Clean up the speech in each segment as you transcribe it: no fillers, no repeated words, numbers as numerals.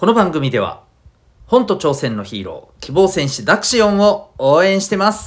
この番組では本と挑戦のヒーロー希望戦士ダクシオンを応援してます。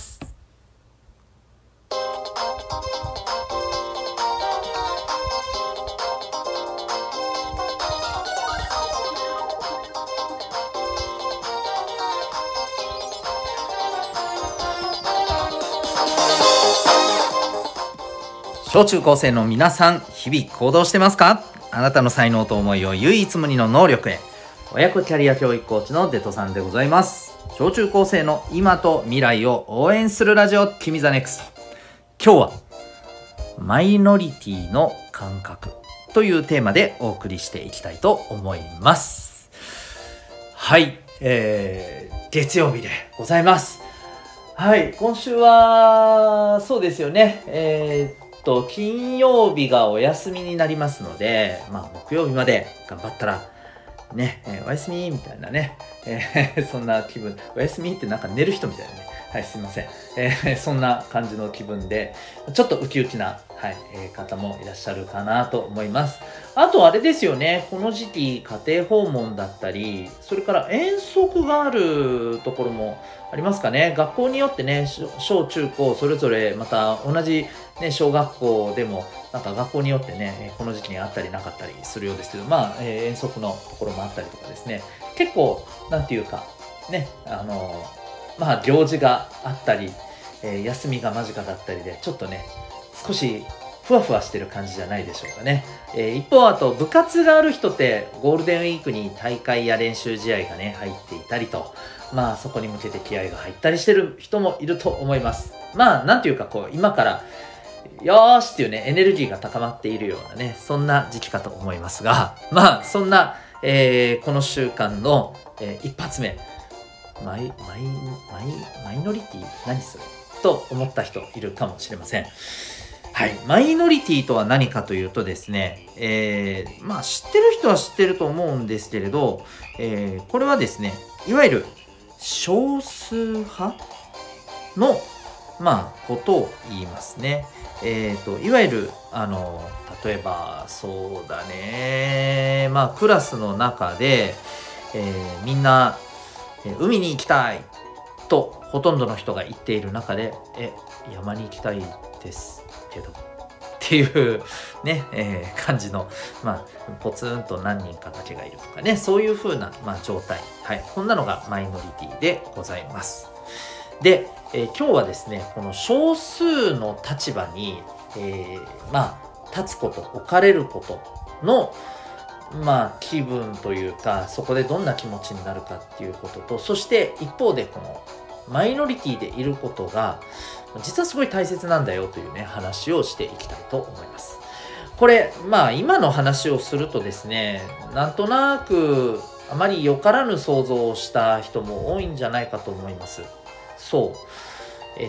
小中高生の皆さん、日々行動してますか？あなたの才能と思いを唯一無二の能力へ。親子キャリア教育コーチのデトさんでございます。小中高生の今と未来を応援するラジオ、君ザネクスト。今日はマイノリティの感覚というテーマでお送りしていきたいと思います。はい、月曜日でございます。はい、今週はそうですよね。金曜日がお休みになりますので、木曜日まで頑張ったらね、おやすみみたいなね、そんな気分。おやすみってなんか寝る人みたいなね。はい、すいません。そんな感じの気分で、ちょっとウキウキな、方もいらっしゃるかなと思います。あとあれですよね、この時期家庭訪問だったり、それから遠足があるところもありますかね。学校によってね、小中高それぞれまた同じね、小学校でもなんか学校によってね、この時期にあったりなかったりするようですけど、遠足のところもあったりとかですね、結構なんていうかね、行事があったり、休みが間近だったりでちょっとね少しふわふわしてる感じじゃないでしょうかね。一方、あと部活がある人ってゴールデンウィークに大会や練習試合がね入っていたりと、そこに向けて気合が入ったりしてる人もいると思います。なんていうか今からよーしっていうねエネルギーが高まっているようなね、そんな時期かと思いますが、そんな、この週間の、一発目、マイノリティ何それと思った人いるかもしれません。はい、マイノリティとは何かというとですね、知ってる人は知ってると思うんですけれど、これはですね、いわゆる少数派のことを言いますね。いわゆる例えばそうだね、クラスの中で、みんな海に行きたいとほとんどの人が言っている中で、山に行きたいですけどっていうね、感じのポツンと何人かだけがいるとかね、そういう風な状態、こんなのがマイノリティでございます。で、今日はですね、この少数の立場に、立つこと、置かれることの気分というか、そこでどんな気持ちになるかっていうことと、そして一方でこのマイノリティでいることが実はすごい大切なんだよというね話をしていきたいと思います。これ今の話をするとですね、なんとなくあまりよからぬ想像をした人も多いんじゃないかと思います。そう、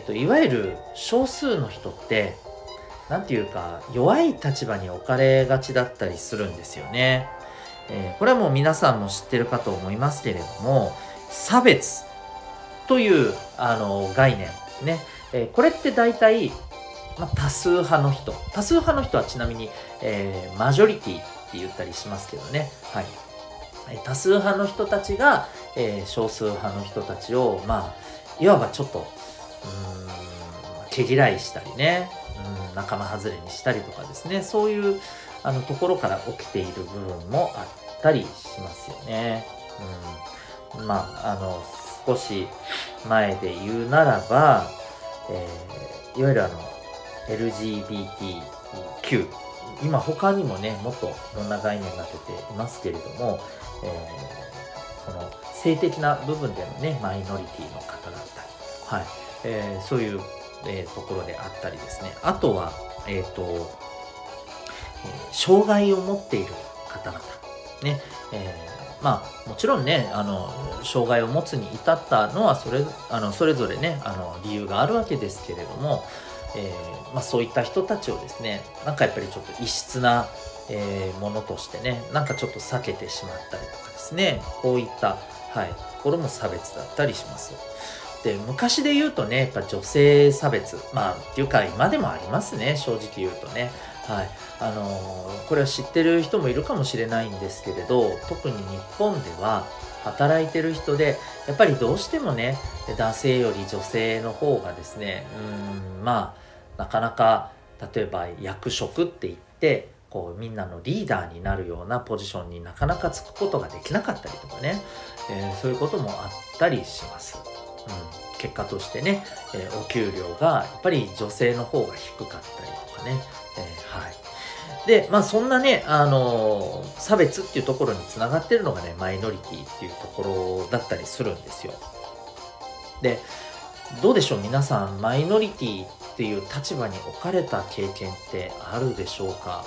いわゆる少数の人ってなんていうか弱い立場に置かれがちだったりするんですよね。これはもう皆さんも知ってるかと思いますけれども、差別という概念ね、これって大体、多数派の人はちなみに、マジョリティって言ったりしますけどね、多数派の人たちが、少数派の人たちをいわばちょっと毛嫌いしたりね、仲間外れにしたりとかですね、そういうところから起きている部分もあったりしますよね。少し前で言うならば、いわゆるLGBTQ、 今他にもねもっといろんな概念が出ていますけれども、その性的な部分でのねマイノリティの方だったり、そういう、ところであったりですね、あとは障害を持っている方々ね、もちろんね障害を持つに至ったのはそれぞれね理由があるわけですけれども、そういった人たちをですねやっぱりちょっと異質な、ものとしてねちょっと避けてしまったりとかですね、こういった、ところも差別だったりします。で、昔で言うとねやっぱ女性差別っていうか今でもありますね、正直言うとね。 はい、これは知ってる人もいるかもしれないんですけれど、特に日本では働いてる人でやっぱりどうしてもね、男性より女性の方がですね、まあなかなか、例えば役職って言ってこうみんなのリーダーになるようなポジションになかなかつくことができなかったりとかね、そういうこともあったりします。結果としてね、お給料がやっぱり女性の方が低かったりとかね、はい。で、まあそんなね、差別っていうところにつながってるのがね、マイノリティっていうところだったりするんですよ。で、どうでしょう皆さん、マイノリティっていう立場に置かれた経験ってあるでしょうか？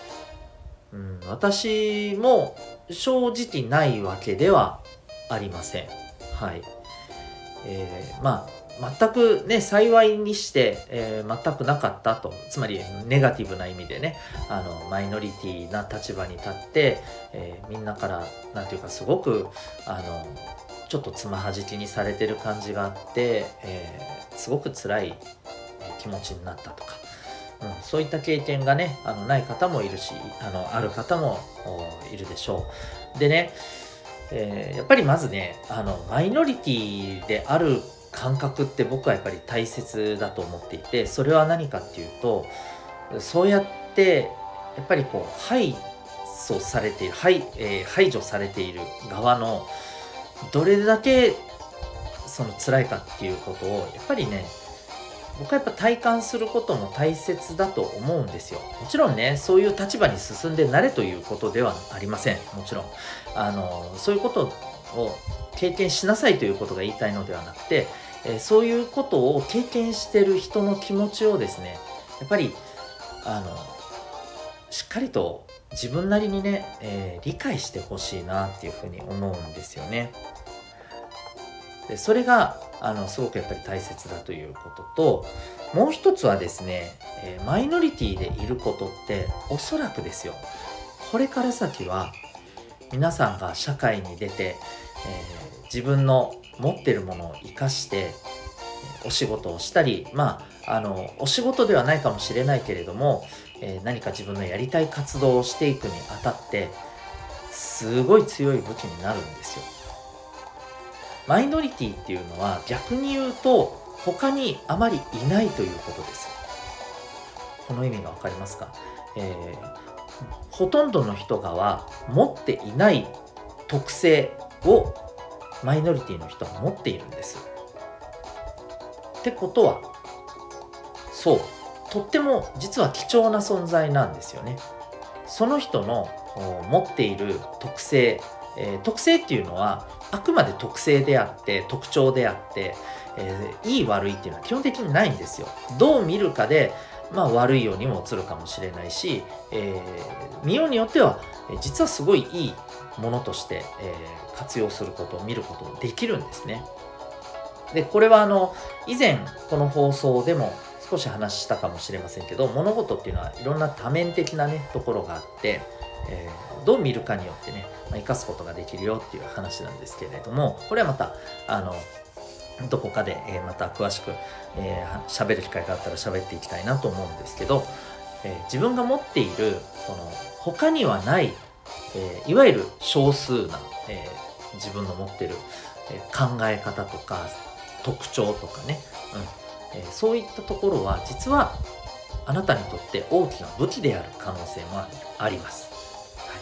私も正直ないわけではありません。はい。まあ、全くね、幸いにして、全くなかったと。つまり、ネガティブな意味でね、マイノリティな立場に立って、みんなから、なんていうか、すごく、ちょっとつまはじきにされてる感じがあって、すごく辛い気持ちになったとか、そういった経験がね、ない方もいるし、ある方もいるでしょう。でね、やっぱりまずね、マイノリティである感覚って僕はやっぱり大切だと思っていて、それは何かっていうと、そうやってやっぱりこう疎されている、排除されている側のどれだけその辛いかっていうことをやっぱりね、僕はやっぱ体感することも大切だと思うんですよ。もちろんね、そういう立場に進んでなれということではありません。もちろん。そういうことを経験しなさいということが言いたいのではなくて、そういうことを経験してる人の気持ちをですね、やっぱり、あの、しっかりと自分なりにね、理解してほしいなっていうふうに思うんですよね。で、それが、すごくやっぱり大切だということと、もう一つはですね、マイノリティでいることって、おそらくですよ、これから先は、皆さんが社会に出て、自分の持ってるものを活かして、お仕事をしたり、お仕事ではないかもしれないけれども、何か自分のやりたい活動をしていくにあたって、すごい強い武器になるんですよ。マイノリティっていうのは逆に言うと他にあまりいないということです。この意味がわかりますか？ほとんどの人がは持っていない特性をマイノリティの人は持っているんです。ってことは、そう、とっても実は貴重な存在なんですよね。その人の持っている特性、特性っていうのはあくまで特性であって特徴であって、いい悪いっていうのは基本的にないんですよ。どう見るかで、悪いようにも映るかもしれないし、見ようによっては、実はすごいいいものとして、活用することを見ることもできるんですね。で、これは以前この放送でも少し話したかもしれませんけど、物事っていうのはいろんな多面的なね、ところがあって、どう見るかによってね、生かすことができるよっていう話なんですけれども、これはまた、どこかで、また詳しく喋る機会があったら喋っていきたいなと思うんですけど、自分が持っているこの他にはない、いわゆる少数な、自分の持っている、考え方とか特徴とかね、そういったところは実はあなたにとって大きな武器である可能性もあります。はい、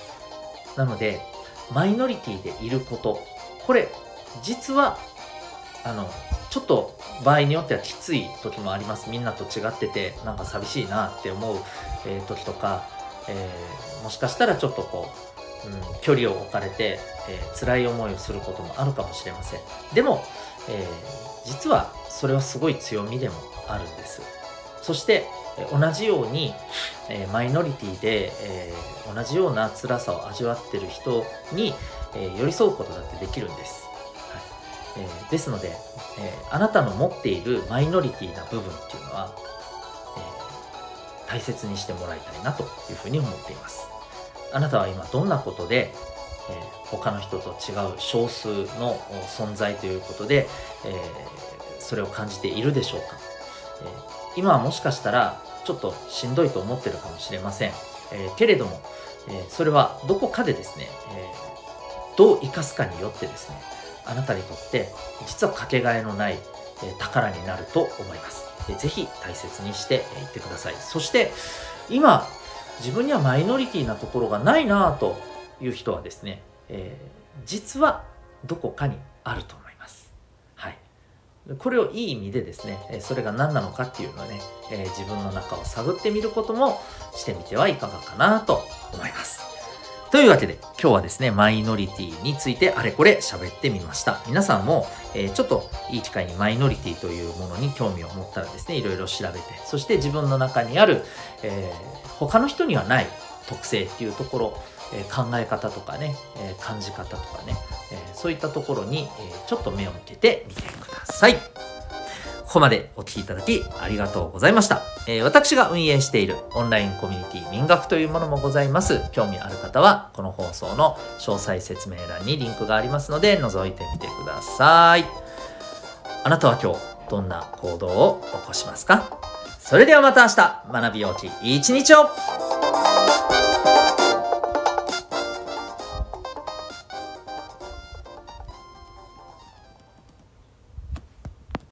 なのでマイノリティでいること、これ実はちょっと場合によってはきつい時もあります。みんなと違っててなんか寂しいなって思う、時とか、もしかしたらちょっとこう、距離を置かれて、辛い思いをすることもあるかもしれません。でも、実はそれはすごい強みでもあるんです。そして、同じように、マイノリティで、同じような辛さを味わっている人に、寄り添うことだってできるんです。はい。ですので、あなたの持っているマイノリティな部分っていうのは、大切にしてもらいたいなというふうに思っています。あなたは今どんなことで、他の人と違う少数の存在ということで、それを感じているでしょうか？今はもしかしたらちょっとしんどいと思ってるかもしれません。けれども、それはどこかでですね、どう生かすかによってですね、あなたにとって実はかけがえのない、宝になると思います。ぜひ大切にしていってください。そして今自分にはマイノリティなところがないなぁという人はですね、実はどこかにあると思います。はい。これをいい意味でですね、それが何なのかっていうのはね、自分の中を探ってみることもしてみてはいかがかなと思います。というわけで今日はですね、マイノリティについてあれこれ喋ってみました。皆さんも、ちょっといい機会にマイノリティというものに興味を持ったらですね、いろいろ調べて、そして自分の中にある、他の人にはない特性っていうところ、考え方とかね、感じ方とかね、そういったところに、ちょっと目を向けてみてください。ここまでお聞きいただきありがとうございました。私が運営しているオンラインコミュニティ民学というものもございます。興味ある方はこの放送の詳細説明欄にリンクがありますので覗いてみてください。あなたは今日どんな行動を起こしますか？それではまた明日、学びようち一日を。